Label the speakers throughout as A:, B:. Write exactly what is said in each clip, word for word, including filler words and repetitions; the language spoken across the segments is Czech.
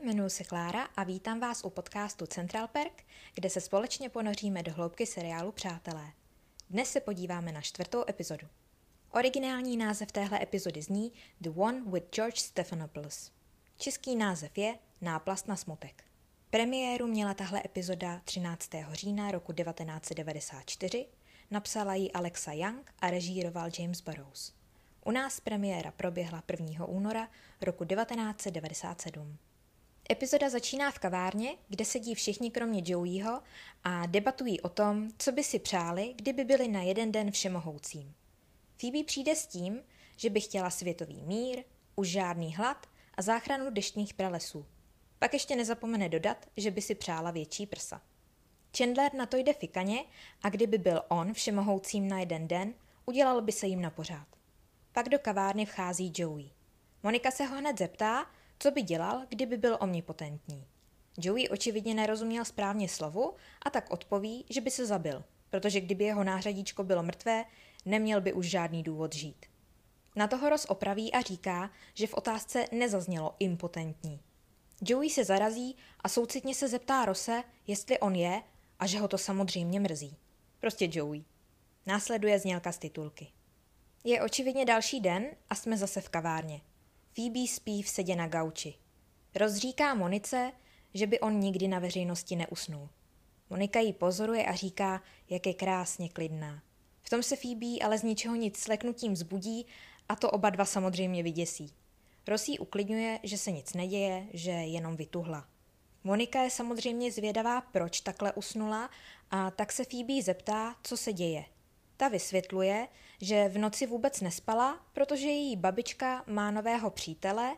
A: jmenuji se Klára a vítám vás u podcastu Central Perk, kde se společně ponoříme do hloubky seriálu Přátelé. Dnes se podíváme na čtvrtou epizodu. Originální název téhle epizody zní The One with George Stephanopoulos. Český název je Náplast na smutek. Premiéru měla tahle epizoda třináctého října roku devatenáct set devadesát čtyři, napsala ji Alexa Young a režíroval James Burrows. U nás premiéra proběhla prvního února roku devatenáct set devadesát sedm. Epizoda začíná v kavárně, kde sedí všichni kromě Joeyho a debatují o tom, co by si přáli, kdyby byli na jeden den všemohoucím. Phoebe přijde s tím, že by chtěla světový mír, už žádný hlad a záchranu deštných pralesů. Pak ještě nezapomene dodat, že by si přála větší prsa. Chandler na to jde fikaně a kdyby byl on všemohoucím na jeden den, udělal by se jim na pořád. Pak do kavárny vchází Joey. Monika se ho hned zeptá, co by dělal, kdyby byl omnipotentní. Joey očividně nerozuměl správně slovu a tak odpoví, že by se zabil, protože kdyby jeho nářadíčko bylo mrtvé, neměl by už žádný důvod žít. Na toho Ross opraví a říká, že v otázce nezaznělo impotentní. Joey se zarazí a soucitně se zeptá Rosse, jestli on je a že ho to samozřejmě mrzí. Prostě Joey. Následuje znělka z titulky. Je očividně další den a jsme zase v kavárně. Phoebe spí v sedě na gauči. Ross říká Monice, že by on nikdy na veřejnosti neusnul. Monika ji pozoruje a říká, jak je krásně klidná. V tom se Phoebe ale z ničeho nic sleknutím zbudí a to oba dva samozřejmě vyděsí. Ross jí uklidňuje, že se nic neděje, že jenom vytuhla. Monika je samozřejmě zvědavá, proč takhle usnula, a tak se Phoebe zeptá, co se děje. Ta vysvětluje, že v noci vůbec nespala, protože její babička má nového přítele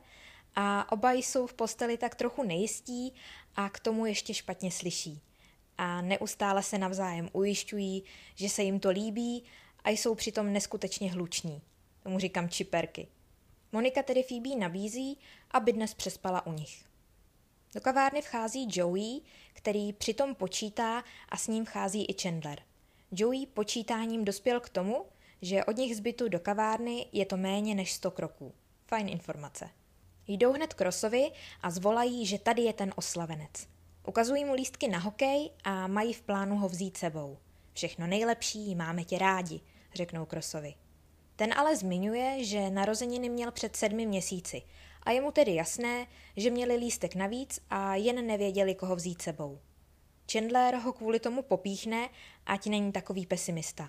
A: a oba jsou v posteli tak trochu nejistí a k tomu ještě špatně slyší. A neustále se navzájem ujišťují, že se jim to líbí a jsou přitom neskutečně hluční. Tomu říkám čiperky. Monika tedy Phoebe nabízí, aby dnes přespala u nich. Do kavárny vchází Joey, který přitom počítá a s ním vchází i Chandler. Joey počítáním dospěl k tomu, že od nich z bytu do kavárny je to méně než sto kroků. Fajn informace. Jdou hned k Rossovi a zvolají, že tady je ten oslavenec. Ukazují mu lístky na hokej a mají v plánu ho vzít sebou. Všechno nejlepší, máme tě rádi, řeknou k Rossovi. Ten ale zmiňuje, že narozeniny měl před sedmi měsíci a je mu tedy jasné, že měli lístek navíc a jen nevěděli, koho vzít sebou. Chandler ho kvůli tomu popíchne, ať není takový pesimista.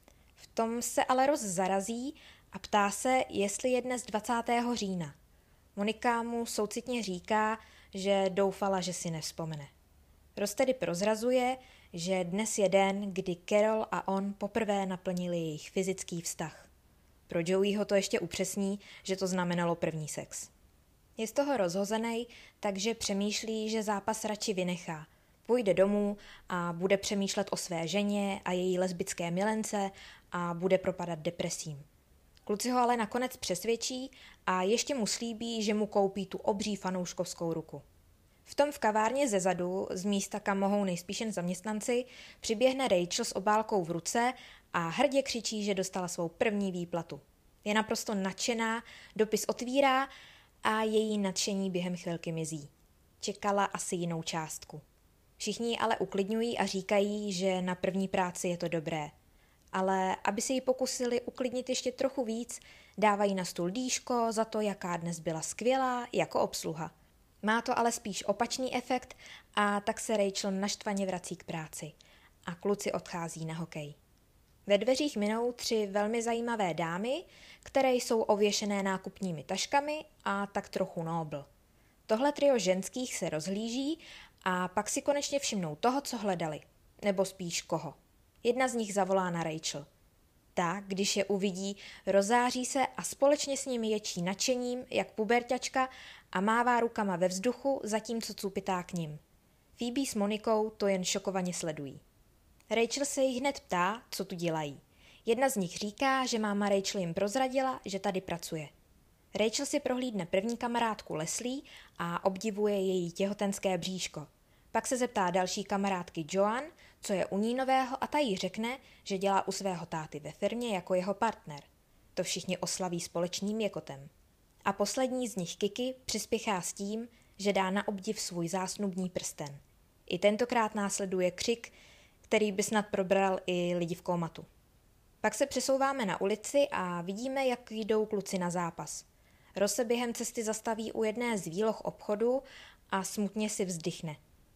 A: V tom se ale Ross zarazí a ptá se, jestli je dnes dvacátého října. Monika mu soucitně říká, že doufala, že si nevzpomene. Ross tedy prozrazuje, že dnes je den, kdy Carol a on poprvé naplnili jejich fyzický vztah. Pro Joeyho to ještě upřesní, že to znamenalo první sex. Je z toho rozhozenej, takže přemýšlí, že zápas radši vynechá. Půjde domů a bude přemýšlet o své ženě a její lesbické milence a bude propadat depresím. Kluci ho ale nakonec přesvědčí a ještě mu slíbí, že mu koupí tu obří fanouškovskou ruku. V tom v kavárně zezadu, z místa, kam mohou nejspíš jen zaměstnanci, přiběhne Rachel s obálkou v ruce a hrdě křičí, že dostala svou první výplatu. Je naprosto nadšená, dopis otvírá a její nadšení během chvilky mizí. Čekala asi jinou částku. Všichni ji ale uklidňují a říkají, že na první práci je to dobré. Ale aby se jí pokusili uklidnit ještě trochu víc, dávají na stůl dýško za to, jaká dnes byla skvělá jako obsluha. Má to ale spíš opačný efekt a tak se Rachel naštvaně vrací k práci. A kluci odchází na hokej. Ve dveřích minou tři velmi zajímavé dámy, které jsou ověšené nákupními taškami a tak trochu nobl. Tohle trio ženských se rozhlíží a pak si konečně všimnou toho, co hledali. Nebo spíš koho. Jedna z nich zavolá na Rachel. Ta, když je uvidí, rozáří se a společně s nimi ječí nadšením, jak puberťačka, a mává rukama ve vzduchu, zatímco cupitá k nim. Phoebe s Monikou to jen šokovaně sledují. Rachel se jich hned ptá, co tu dělají. Jedna z nich říká, že máma Rachel jim prozradila, že tady pracuje. Rachel si prohlídne první kamarádku Leslie a obdivuje její těhotenské bříško. Pak se zeptá další kamarádky Joan, co je u ní nového, a ta jí řekne, že dělá u svého táty ve firmě jako jeho partner. To všichni oslaví společným jekotem. A poslední z nich Kiki přispěchá s tím, že dá na obdiv svůj zásnubní prsten. I tentokrát následuje křik, který by snad probral i lidi v kómatu. Pak se přesouváme na ulici a vidíme, jak jdou kluci na zápas. Ross se během cesty zastaví u jedné z výloh obchodu a smutně si vzdychne.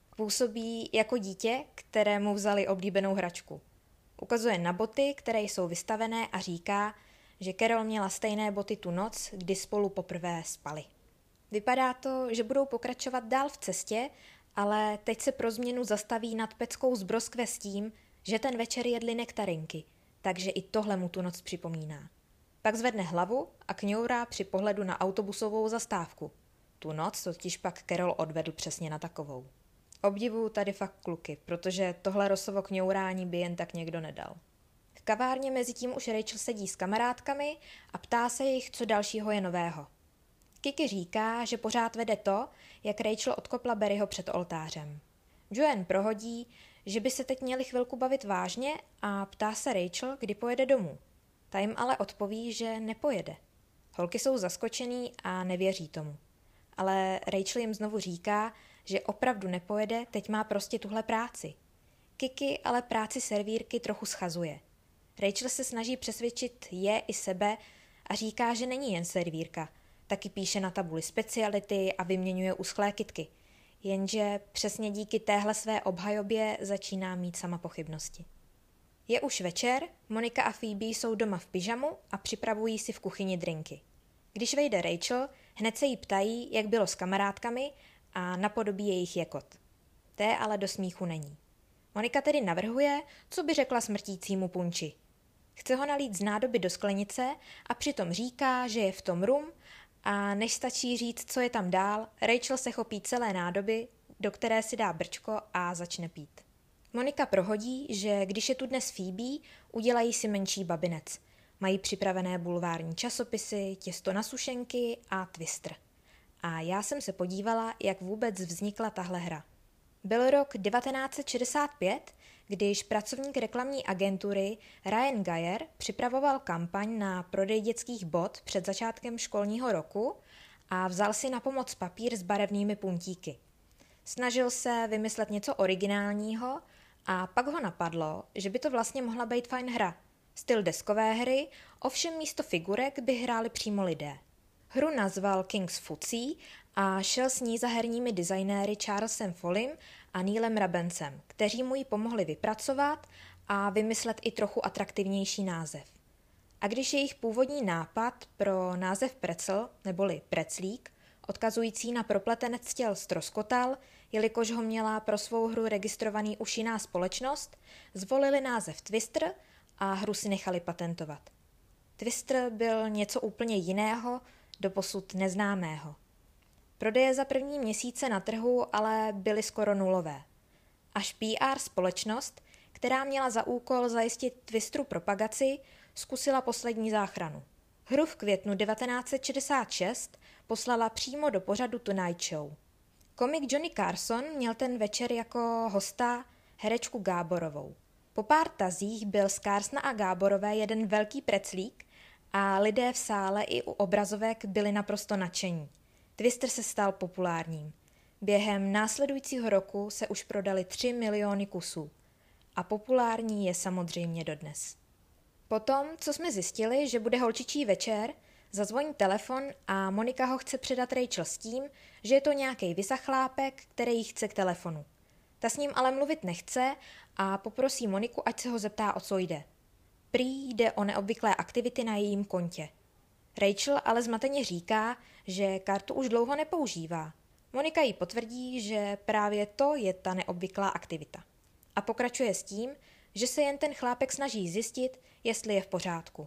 A: Působí jako dítě, kterému vzali oblíbenou hračku. Ukazuje na boty, které jsou vystavené a říká, že Carol měla stejné boty tu noc, kdy spolu poprvé spali. Vypadá to, že budou pokračovat dál v cestě, ale teď se pro změnu zastaví nad peckou z broskve s tím, že ten večer jedli nektarinky, takže i tohle mu tu noc připomíná. Pak zvedne hlavu a kňourá při pohledu na autobusovou zastávku. Tu noc totiž pak Carol odvedl přesně na takovou. Obdivuju tady fakt kluky, protože tohle Rossovo kňourání by jen tak někdo nedal. V kavárně mezi tím už Rachel sedí s kamarádkami a ptá se jich, co dalšího je nového. Kiki říká, že pořád vede to, jak Rachel odkopla Barryho před oltářem. Joanne prohodí, že by se teď měli chvilku bavit vážně a ptá se Rachel, kdy pojede domů. Ta jim ale odpoví, že nepojede. Holky jsou zaskočený a nevěří tomu. Ale Rachel jim znovu říká, že opravdu nepojede, teď má prostě tuhle práci. Kiki ale práci servírky trochu schazuje. Rachel se snaží přesvědčit je i sebe a říká, že není jen servírka. Taky píše na tabuli speciality a vyměňuje uschlé kytky. Jenže přesně díky téhle své obhajobě začíná mít sama pochybnosti. Je už večer, Monika a Phoebe jsou doma v pyžamu a připravují si v kuchyni drinky. Když vejde Rachel, hned se jí ptají, jak bylo s kamarádkami a napodobí jejich jekot. Té ale do smíchu není. Monika tedy navrhuje, co by řekla smrtícímu punči. Chce ho nalít z nádoby do sklenice a přitom říká, že je v tom rum a než stačí říct, co je tam dál, Rachel se chopí celé nádoby, do které si dá brčko a začne pít. Monika prohodí, že když je tu dnes Phoebe, udělají si menší babinec. Mají připravené bulvární časopisy, těsto na sušenky a Twister. A já jsem se podívala, jak vůbec vznikla tahle hra. Byl rok devatenáct set šedesát pět, když pracovník reklamní agentury Ryan Geyer připravoval kampaň na prodej dětských bot před začátkem školního roku a vzal si na pomoc papír s barevnými puntíky. Snažil se vymyslet něco originálního a pak ho napadlo, že by to vlastně mohla být fajn hra. Styl deskové hry, ovšem místo figurek by hráli přímo lidé. Hru nazval King's Footsie a šel s ní za herními designéry Charlesem Follym a Neilem Rabencem, kteří mu ji pomohli vypracovat a vymyslet i trochu atraktivnější název. A když jejich původní nápad pro název Pretzel, neboli Preclík, odkazující na propletenec těl ztroskotal, jelikož ho měla pro svou hru registrovaný už jiná společnost, zvolili název Twister a hru si nechali patentovat. Twister byl něco úplně jiného, doposud neznámého. Prodeje za první měsíce na trhu ale byly skoro nulové. Až P R společnost, která měla za úkol zajistit Twisteru propagaci, zkusila poslední záchranu. Hru v květnu devatenáct set šedesát šest poslala přímo do pořadu Tonight Show. Komik Johnny Carson měl ten večer jako hosta herečku Gáborovou. Po pár tazích byl z Carsona a Gáborové jeden velký preclík a lidé v sále i u obrazovek byli naprosto nadšení. Twister se stal populárním. Během následujícího roku se už prodali tři miliony kusů. A populární je samozřejmě dodnes. Potom, co jsme zjistili, že bude holčičí večer, zazvoní telefon a Monika ho chce předat Rachel s tím, že je to nějaký vysachlápek, který jí chce k telefonu. Ta s ním ale mluvit nechce a poprosí Moniku, ať se ho zeptá, o co jde. Prý jde o neobvyklé aktivity na jejím kontě. Rachel ale zmateně říká, že kartu už dlouho nepoužívá. Monika jí potvrdí, že právě to je ta neobvyklá aktivita. A pokračuje s tím, že se jen ten chlápek snaží zjistit, jestli je v pořádku.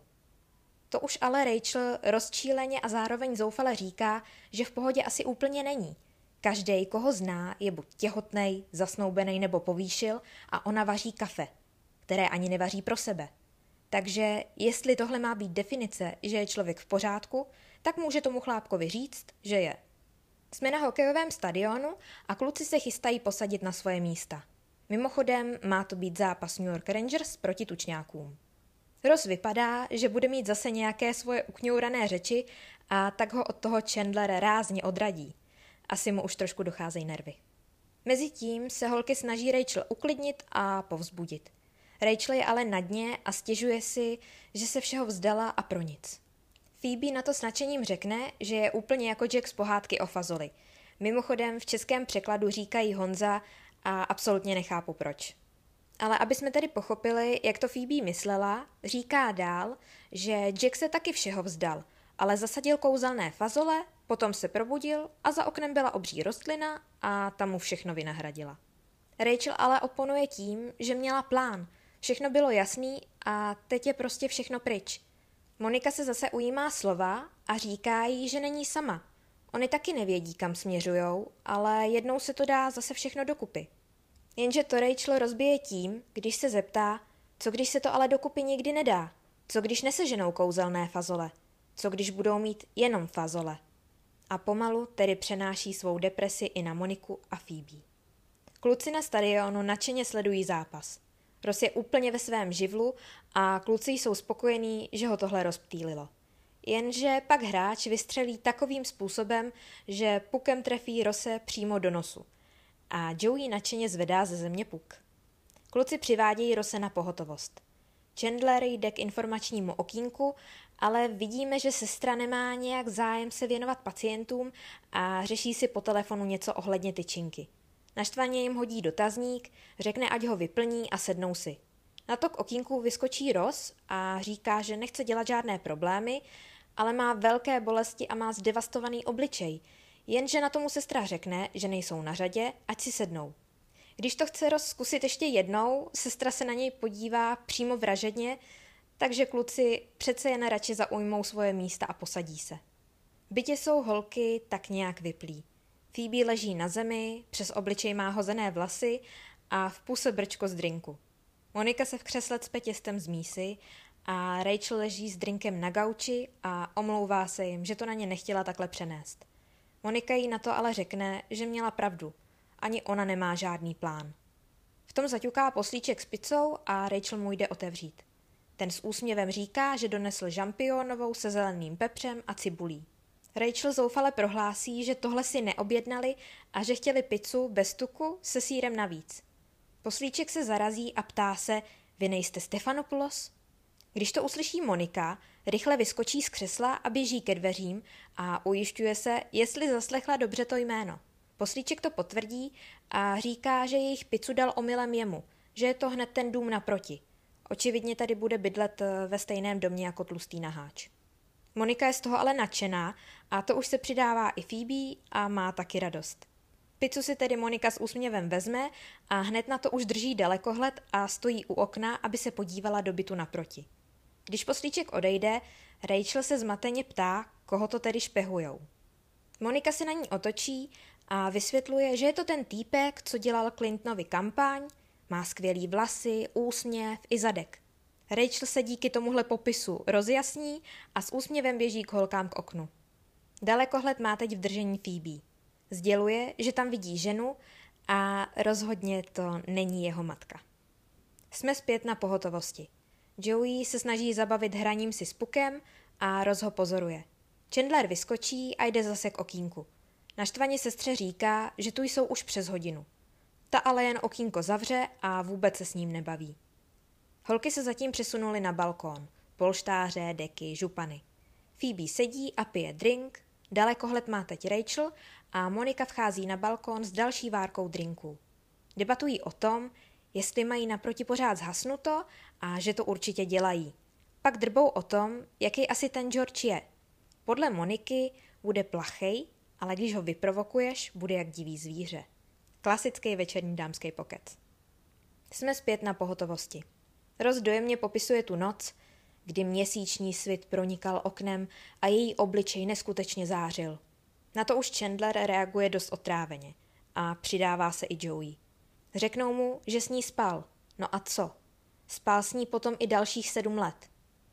A: To už ale Rachel rozčíleně a zároveň zoufale říká, že v pohodě asi úplně není. Každej, koho zná, je buď těhotnej, zasnoubenej nebo povýšil a ona vaří kafe, které ani nevaří pro sebe. Takže jestli tohle má být definice, že je člověk v pořádku, tak může tomu chlápkovi říct, že je. Jsme na hokejovém stadionu a kluci se chystají posadit na svoje místa. Mimochodem má to být zápas New York Rangers proti tučňákům. Ross vypadá, že bude mít zase nějaké svoje ukňourané řeči a tak ho od toho Chandler rázně odradí. Asi mu už trošku docházejí nervy. Mezitím se holky snaží Rachel uklidnit a povzbudit. Rachel je ale na dně a stěžuje si, že se všeho vzdala a pro nic. Phoebe na to s nadšením řekne, že je úplně jako Jack z pohádky o fazoli. Mimochodem v českém překladu říkají Honza a absolutně nechápu proč. Ale aby jsme tedy pochopili, jak to Phoebe myslela, říká dál, že Jack se taky všeho vzdal, ale zasadil kouzelné fazole, potom se probudil a za oknem byla obří rostlina a ta mu všechno vynahradila. Rachel ale oponuje tím, že měla plán, všechno bylo jasný a teď je prostě všechno pryč. Monika se zase ujímá slova a říká jí, že není sama. Oni taky nevědí, kam směřujou, ale jednou se to dá zase všechno dokupy. Jenže to Rachel rozbije tím, když se zeptá, co když se to ale dokupy nikdy nedá, co když neseženou kouzelné fazole, co když budou mít jenom fazole. A pomalu tedy přenáší svou depresi i na Moniku a Phoebe. Kluci na stadionu nadšeně sledují zápas. Ross je úplně ve svém živlu a kluci jsou spokojení, že ho tohle rozptýlilo. Jenže pak hráč vystřelí takovým způsobem, že pukem trefí Rosse přímo do nosu. A Joey nadšeně zvedá ze země puk. Kluci přivádějí Rosse na pohotovost. Chandler jde k informačnímu okýnku, ale vidíme, že sestra nemá nějak zájem se věnovat pacientům a řeší si po telefonu něco ohledně tyčinky. Naštvaně jim hodí dotazník, řekne, ať ho vyplní a sednou si. Na to k okýnku vyskočí Ross a říká, že nechce dělat žádné problémy, ale má velké bolesti a má zdevastovaný obličej, jenže na tomu sestra řekne, že nejsou na řadě, ať si sednou. Když to chce Ross zkusit ještě jednou, sestra se na něj podívá přímo vražedně, takže kluci přece jen radši zaujmou svoje místa a posadí se. V bytě jsou holky tak nějak vyplí. Phoebe leží na zemi, přes obličej má hozené vlasy a v puse brčko z drinku. Monika se v křesle cpe těstem z mísy a Rachel leží s drinkem na gauči a omlouvá se jim, že to na ně nechtěla takhle přenést. Monika jí na to ale řekne, že měla pravdu. Ani ona nemá žádný plán. V tom zaťuká poslíček s pizzou a Rachel mu jde otevřít. Ten s úsměvem říká, že donesl žampionovou se zeleným pepřem a cibulí. Rachel zoufale prohlásí, že tohle si neobjednali a že chtěli pizzu bez tuku se sýrem navíc. Poslíček se zarazí a ptá se, vy nejste Stefanopoulos? Když to uslyší Monika, rychle vyskočí z křesla a běží ke dveřím a ujišťuje se, jestli zaslechla dobře to jméno. Poslíček to potvrdí a říká, že jejich pizzu dal omylem jemu, že je to hned ten dům naproti. Očividně tady bude bydlet ve stejném domě jako tlustý naháč. Monika je z toho ale nadšená a to už se přidává i Phoebe a má taky radost. Pizzu si tedy Monika s úsměvem vezme a hned na to už drží dalekohled a stojí u okna, aby se podívala do bytu naproti. Když poslíček odejde, Rachel se zmateně ptá, koho to tedy špehujou. Monika se na ní otočí a vysvětluje, že je to ten týpek, co dělal Clintonovi kampaň, má skvělý vlasy, úsměv i zadek. Rachel se díky tomuhle popisu rozjasní a s úsměvem běží k holkám k oknu. Dalekohled má teď v držení Phoebe. Sděluje, že tam vidí ženu a rozhodně to není jeho matka. Jsme zpět na pohotovosti. Joey se snaží zabavit hraním si s pukem a Ross ho pozoruje. Chandler vyskočí a jde zase k okýnku. Naštvaně sestře říká, že tu jsou už přes hodinu. Ta ale jen okýnko zavře a vůbec se s ním nebaví. Holky se zatím přesunuly na balkón. Polštáře, deky, župany. Phoebe sedí a pije drink, dalekohled má teď Rachel a Monika vchází na balkón s další várkou drinků. Debatují o tom, jestli mají naproti pořád zhasnuto a že to určitě dělají. Pak drbou o tom, jaký asi ten George je. Podle Moniky bude plachej, ale když ho vyprovokuješ, bude jak divý zvíře. Klasický večerní dámský pokec. Jsme zpět na pohotovosti. Ross dojemně popisuje tu noc, kdy měsíční svit pronikal oknem a její obličej neskutečně zářil. Na to už Chandler reaguje dost otráveně a přidává se i Joey. Řeknou mu, že s ní spal. No a co? Spal s ní potom i dalších sedm let.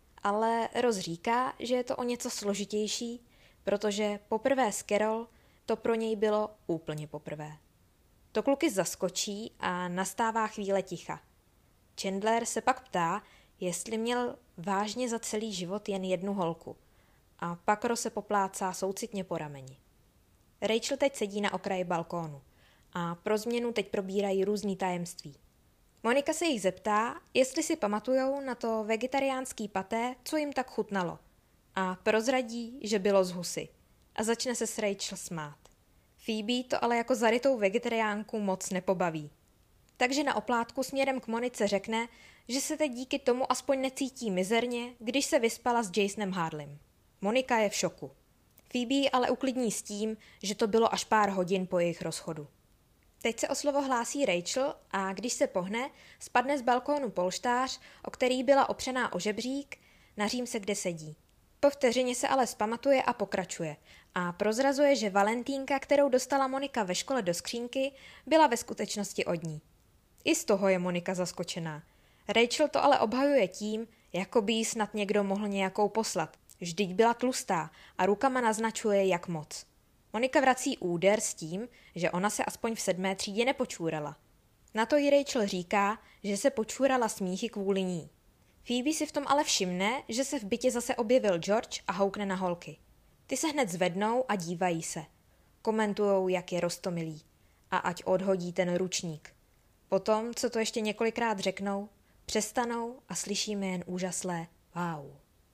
A: Ale Ross říká, že je to o něco složitější, protože poprvé s Carol to pro něj bylo úplně poprvé. To kluky zaskočí a nastává chvíle ticha. Chandler se pak ptá, jestli měl vážně za celý život jen jednu holku. A pak Ross se poplácá soucitně po rameni. Rachel teď sedí na okraji balkónu a pro změnu teď probírají různý tajemství. Monika se jich zeptá, jestli si pamatujou na to vegetariánský paté, co jim tak chutnalo. A prozradí, že bylo z husy. A začne se s Rachel smát. Phoebe to ale jako zarytou vegetariánku moc nepobaví. Takže na oplátku směrem k Monice řekne, že se teď díky tomu aspoň necítí mizerně, když se vyspala s Jasonem Harleym. Monika je v šoku. Phoebe ji ale uklidní s tím, že to bylo až pár hodin po jejich rozchodu. Teď se o slovo hlásí Rachel a když se pohne, spadne z balkónu polštář, o který byla opřená o žebřík, nařím se, kde sedí. Po vteřině se ale zpamatuje a pokračuje a prozrazuje, že Valentínka, kterou dostala Monika ve škole do skřínky, byla ve skutečnosti od ní. I z toho je Monika zaskočená. Rachel to ale obhajuje tím, jako by jí snad někdo mohl nějakou poslat. Vždyť byla tlustá a rukama naznačuje, jak moc. Monika vrací úder s tím, že ona se aspoň v sedmé třídě nepočůrala. Na to jí Rachel říká, že se počůrala smíchy kvůli ní. Phoebe si v tom ale všimne, že se v bytě zase objevil George a houkne na holky. Ty se hned zvednou a dívají se. Komentujou, jak je roztomilý. A ať odhodí ten ručník. Potom, co to ještě několikrát řeknou, přestanou a slyšíme jen úžaslé wow.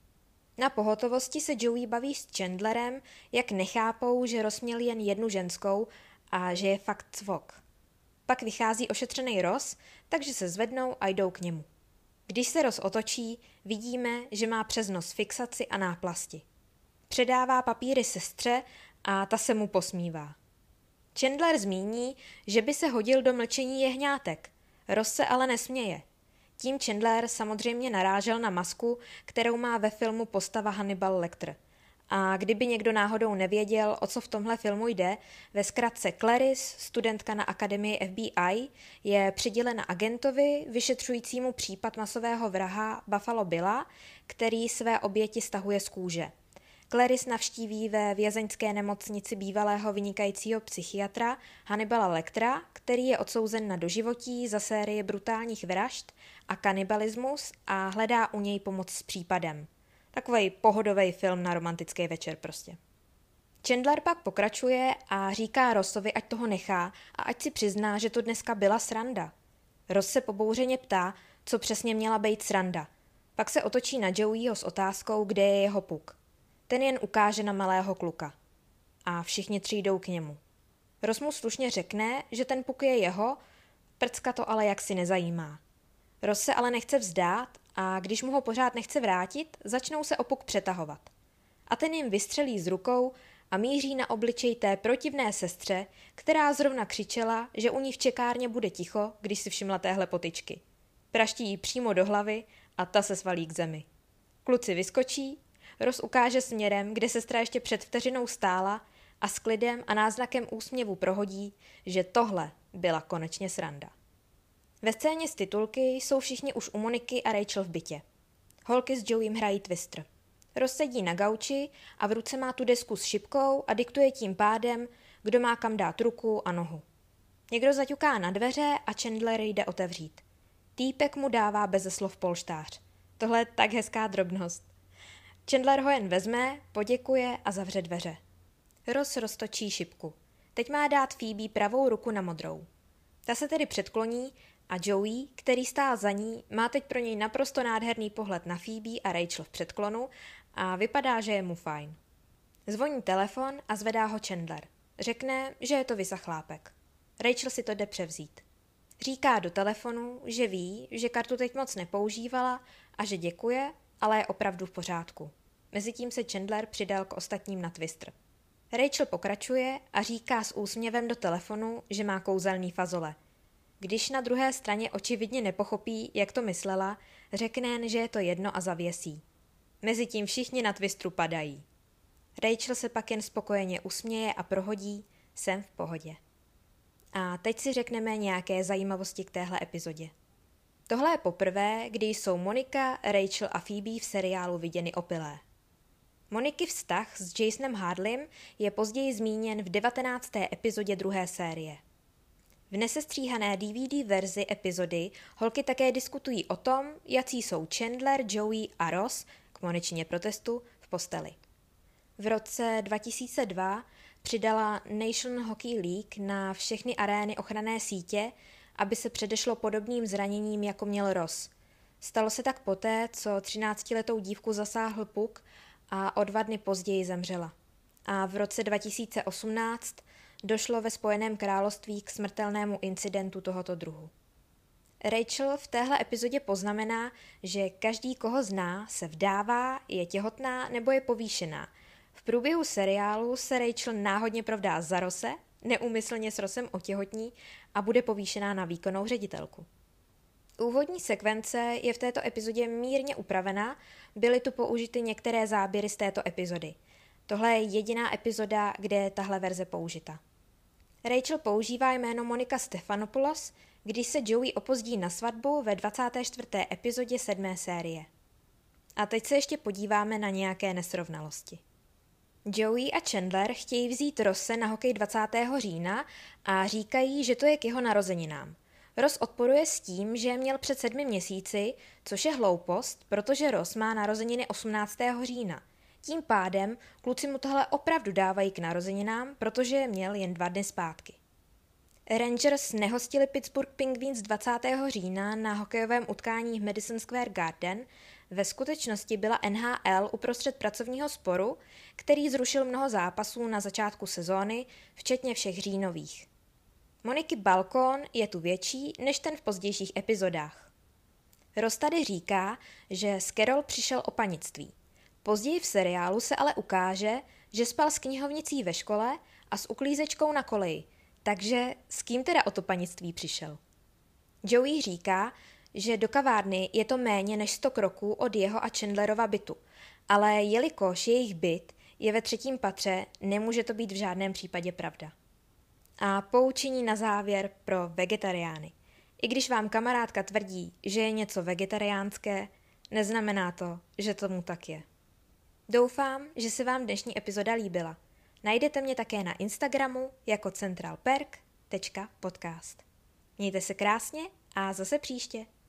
A: Na pohotovosti se Joey baví s Chandlerem, jak nechápou, že Ross měl jen jednu ženskou a že je fakt cvok. Pak vychází ošetřený Ross, takže se zvednou a jdou k němu. Když se Ross otočí, vidíme, že má přes nos fixaci a náplasti. Předává papíry sestře a ta se mu posmívá. Chandler zmíní, že by se hodil do mlčení jehňátek. Ross se ale nesměje. Tím Chandler samozřejmě narážel na masku, kterou má ve filmu postava Hannibal Lecter. A kdyby někdo náhodou nevěděl, o co v tomhle filmu jde, ve zkratce Clarice, studentka na akademii F B I, je přidělena agentovi vyšetřujícímu případ masového vraha Buffalo Billa, který své oběti stahuje z kůže. Clarice navštíví ve vězeňské nemocnici bývalého vynikajícího psychiatra Hannibala Lectera, který je odsouzen na doživotí za sérii brutálních vražd a kanibalismus a hledá u něj pomoc s případem. Takovej pohodový film na romantický večer prostě. Chandler pak pokračuje a říká Rossovi, ať toho nechá a ať si přizná, že to dneska byla sranda. Ross se pobouřeně ptá, co přesně měla být sranda. Pak se otočí na Joeyho s otázkou, kde je jeho puk. Ten jen ukáže na malého kluka. A všichni tři jdou k němu. Ross mu slušně řekne, že ten puk je jeho, prcka to ale jaksi nezajímá. Ross se ale nechce vzdát a když mu ho pořád nechce vrátit, začnou se o puk přetahovat. A ten jim vystřelí z rukou a míří na obličej té protivné sestře, která zrovna křičela, že u ní v čekárně bude ticho, když si všimla téhle potyčky. Praští jí přímo do hlavy a ta se svalí k zemi. Kluci vyskočí, Ross ukáže směrem, kde sestra ještě před vteřinou stála a s klidem a náznakem úsměvu prohodí, že tohle byla konečně sranda. Ve scéně z titulky jsou všichni už u Moniky a Rachel v bytě. Holky s Joeym hrají Twister. Ross sedí na gauči a v ruce má tu desku s šipkou a diktuje tím pádem, kdo má kam dát ruku a nohu. Někdo zaťuká na dveře a Chandler jde otevřít. Týpek mu dává beze slov polštář. Tohle je tak hezká drobnost. Chandler ho jen vezme, poděkuje a zavře dveře. Ross roztočí šipku. Teď má dát Phoebe pravou ruku na modrou. Ta se tedy předkloní a Joey, který stál za ní, má teď pro něj naprosto nádherný pohled na Phoebe a Rachel v předklonu a vypadá, že je mu fajn. Zvoní telefon a zvedá ho Chandler. Řekne, že je to vysachlápek. Rachel si to jde převzít. Říká do telefonu, že ví, že kartu teď moc nepoužívala a že děkuje, ale je opravdu v pořádku. Mezitím se Chandler přidal k ostatním na Twister. Rachel pokračuje a říká s úsměvem do telefonu, že má kouzelný fazole. Když na druhé straně očividně nepochopí, jak to myslela, řekne jen, že je to jedno a zavěsí. Mezitím všichni na Twistru padají. Rachel se pak jen spokojeně usměje a prohodí, jsem v pohodě. A teď si řekneme nějaké zajímavosti k téhle epizodě. Tohle je poprvé, kdy jsou Monika, Rachel a Phoebe v seriálu viděny opilé. Moniky vztah s Jasonem Harleym je později zmíněn v devatenácté epizodě druhé série. V nesestříhané D V D verzi epizody holky také diskutují o tom, jací jsou Chandler, Joey a Ross k Moničině protestu v posteli. V roce dva tisíce dva přidala National Hockey League na všechny arény ochranné sítě, aby se předešlo podobným zraněním, jako měl Ross. Stalo se tak poté, co třináctiletou dívku zasáhl puk a o dva dny později zemřela. A v roce dva tisíce osmnáct došlo ve Spojeném království k smrtelnému incidentu tohoto druhu. Rachel v téhle epizodě poznamená, že každý, koho zná, se vdává, je těhotná nebo je povýšená. V průběhu seriálu se Rachel náhodně provdá za Rosse, neúmyslně s Rossem otěhotní a bude povýšená na výkonnou ředitelku. Úvodní sekvence je v této epizodě mírně upravená, byly tu použity některé záběry z této epizody. Tohle je jediná epizoda, kde je tahle verze použita. Rachel používá jméno Monika Stephanopoulos, když se Joey opozdí na svatbu ve dvacáté čtvrté epizodě sedmé série. A teď se ještě podíváme na nějaké nesrovnalosti. Joey a Chandler chtějí vzít Rosse na hokej dvacátého října a říkají, že to je k jeho narozeninám. Ross odporuje s tím, že měl před sedmi měsíci, což je hloupost, protože Ross má narozeniny osmnáctého října. Tím pádem kluci mu tohle opravdu dávají k narozeninám, protože měl jen dva dny zpátky. Rangers nehostili Pittsburgh Penguins dvacátého října na hokejovém utkání v Madison Square Garden. Ve skutečnosti byla N H L uprostřed pracovního sporu, který zrušil mnoho zápasů na začátku sezóny, včetně všech říjnových. Moniky balkón je tu větší než ten v pozdějších epizodách. Ross tady říká, že s Carol přišel o panictví. Později v seriálu se ale ukáže, že spal s knihovnicí ve škole a s uklízečkou na koleji, takže s kým teda o to panictví přišel? Joey říká, že do kavárny je to méně než sto kroků od jeho a Chandlerova bytu, ale jelikož jejich byt je ve třetím patře, nemůže to být v žádném případě pravda. A poučení na závěr pro vegetariány. I když vám kamarádka tvrdí, že je něco vegetariánské, neznamená to, že tomu tak je. Doufám, že se vám dnešní epizoda líbila. Najdete mě také na Instagramu jako centralperk tečka podcast. Mějte se krásně a zase příště.